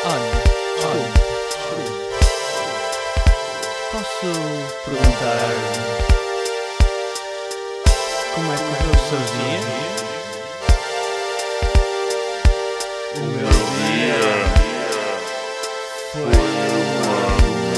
Olha, posso perguntar como é que correu o seu dia? O meu dia foi uma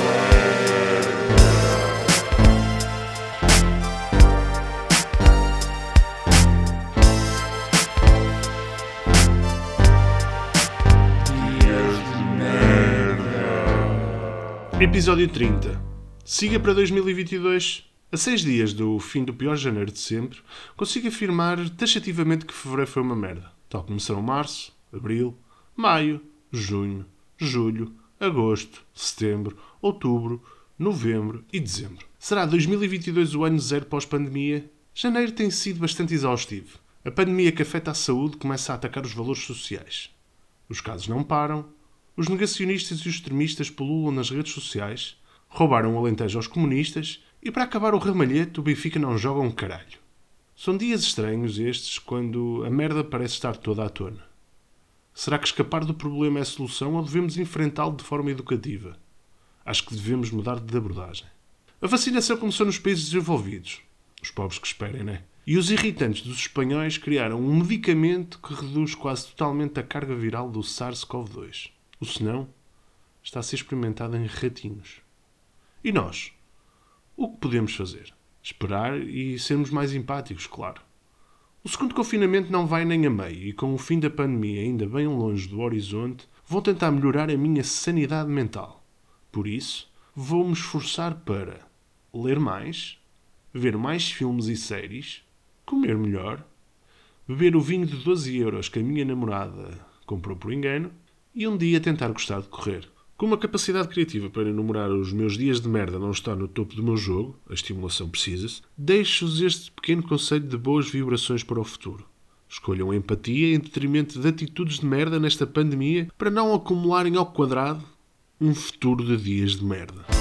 Episódio 30. Siga para 2022. A 6 dias do fim do pior janeiro de sempre, consigo afirmar taxativamente que fevereiro foi uma merda. Tal como serão março, abril, maio, junho, julho, agosto, setembro, outubro, novembro e dezembro. Será 2022 o ano zero pós-pandemia? Janeiro tem sido bastante exaustivo. A pandemia que afeta a saúde começa a atacar os valores sociais. Os casos não param. Os negacionistas e os extremistas pululam nas redes sociais, roubaram o Alentejo aos comunistas e, para acabar o ramalhete, o Benfica não joga um caralho. São dias estranhos estes, quando a merda parece estar toda à tona. Será que escapar do problema é a solução ou devemos enfrentá-lo de forma educativa? Acho que devemos mudar de abordagem. A vacinação começou nos países desenvolvidos. Os pobres que esperem, né? E os irritantes dos espanhóis criaram um medicamento que reduz quase totalmente a carga viral do SARS-CoV-2. O senão está a ser experimentado em ratinhos. E nós? O que podemos fazer? Esperar e sermos mais empáticos, claro. O segundo confinamento não vai nem a meio e com o fim da pandemia ainda bem longe do horizonte, vou tentar melhorar a minha sanidade mental. Por isso, vou-me esforçar para ler mais, ver mais filmes e séries, comer melhor, beber o vinho de 12 euros que a minha namorada comprou por engano, e um dia tentar gostar de correr. Com uma capacidade criativa para enumerar os meus dias de merda não está no topo do meu jogo, a estimulação precisa-se, deixo-vos este pequeno conselho de boas vibrações para o futuro. Escolham a empatia em detrimento de atitudes de merda nesta pandemia para não acumularem ao quadrado um futuro de dias de merda.